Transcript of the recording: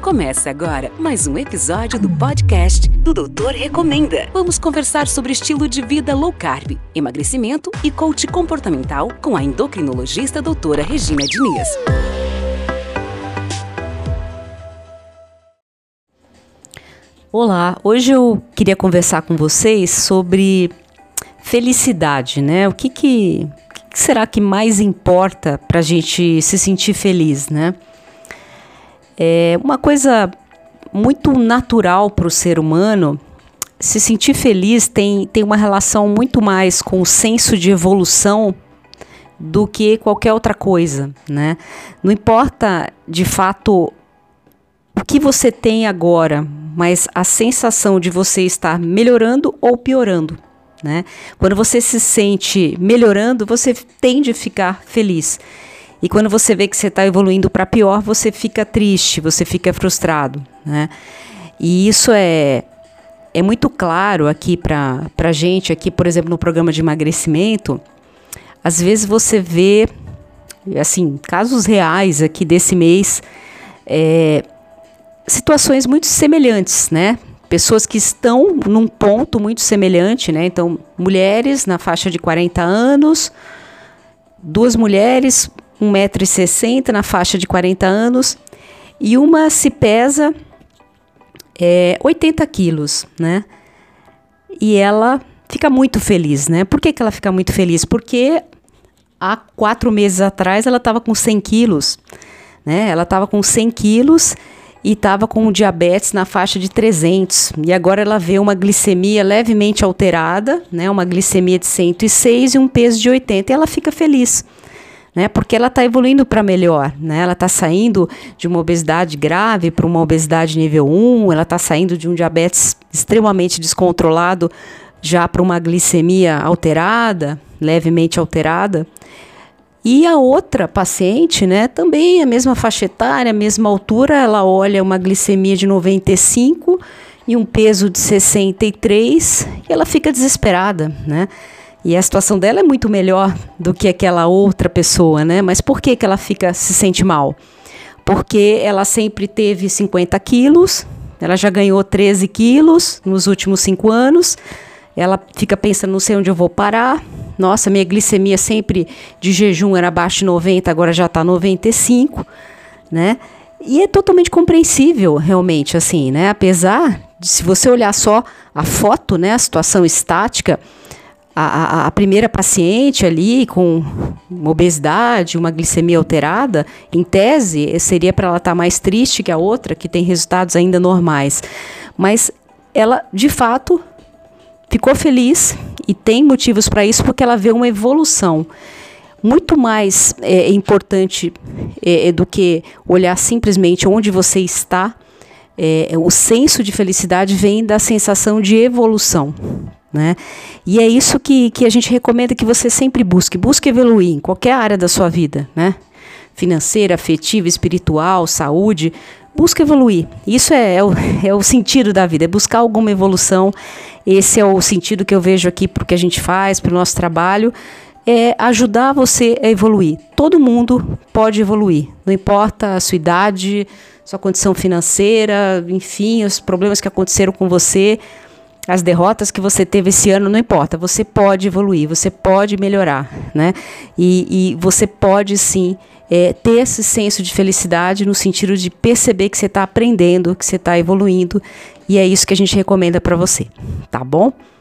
Começa agora mais um episódio do podcast do Doutor Recomenda. Vamos conversar sobre estilo de vida low carb, emagrecimento e coach comportamental com a endocrinologista doutora Regina Diniz. Olá, hoje eu queria conversar com vocês sobre felicidade, né? O que será que mais importa para a gente se sentir feliz, né? É uma coisa muito natural para o ser humano. Se sentir feliz tem uma relação muito mais com o senso de evolução do que qualquer outra coisa, né? Não importa de fato o que você tem agora, mas a sensação de você estar melhorando ou piorando, né? Quando você se sente melhorando, você tende a ficar feliz. E quando você vê que você está evoluindo para pior, você fica triste, você fica frustrado, né? E isso é muito claro aqui para a gente, aqui, por exemplo, no programa de emagrecimento. Às vezes você vê, assim, casos reais aqui desse mês, situações muito semelhantes, né? Pessoas que estão num ponto muito semelhante, né? Então, mulheres na faixa de 40 anos, duas mulheres, 1,60 m na faixa de 40 anos, e uma se pesa 80 quilos, né? E ela fica muito feliz, né? Por que ela fica muito feliz? Porque há 4 meses atrás ela estava com 100 quilos, né? Ela estava com 100 quilos e estava com diabetes na faixa de 300. E agora ela vê uma glicemia levemente alterada, né? Uma glicemia de 106 e um peso de 80. E ela fica feliz, né? Porque ela está evoluindo para melhor, né? Ela está saindo de uma obesidade grave para uma obesidade nível 1, ela está saindo de um diabetes extremamente descontrolado já para uma glicemia alterada, levemente alterada. E a outra paciente, né, também a mesma faixa etária, a mesma altura, ela olha uma glicemia de 95 e um peso de 63 e ela fica desesperada, né? E a situação dela é muito melhor do que aquela outra pessoa, né? Mas por que ela se sente mal? Porque ela sempre teve 50 quilos, ela já ganhou 13 quilos nos últimos 5 anos, ela fica pensando, não sei onde eu vou parar. Nossa, minha glicemia sempre de jejum era abaixo de 90, agora já está 95, né? E é totalmente compreensível, realmente, assim, né? Apesar de, se você olhar só a foto, né, a situação estática, a primeira paciente ali com uma obesidade, uma glicemia alterada, em tese, seria para ela estar mais triste que a outra, que tem resultados ainda normais. Mas ela, de fato, ficou feliz e tem motivos para isso, porque ela vê uma evolução. Muito mais importante do que olhar simplesmente onde você está, o senso de felicidade vem da sensação de evolução, né? E é isso que a gente recomenda que você sempre busque evoluir em qualquer área da sua vida, né? Financeira, afetiva, espiritual, saúde. Busca evoluir. Isso é o sentido da vida, é buscar alguma evolução. Esse é o sentido que eu vejo aqui para o que a gente faz, para o nosso trabalho, é ajudar você a evoluir. Todo mundo pode evoluir, não importa a sua idade, sua condição financeira, enfim, os problemas que aconteceram com você, as derrotas que você teve esse ano, não importa. Você pode evoluir, você pode melhorar, né? E você pode sim ter esse senso de felicidade no sentido de perceber que você está aprendendo, que você está evoluindo, e é isso que a gente recomenda para você, tá bom?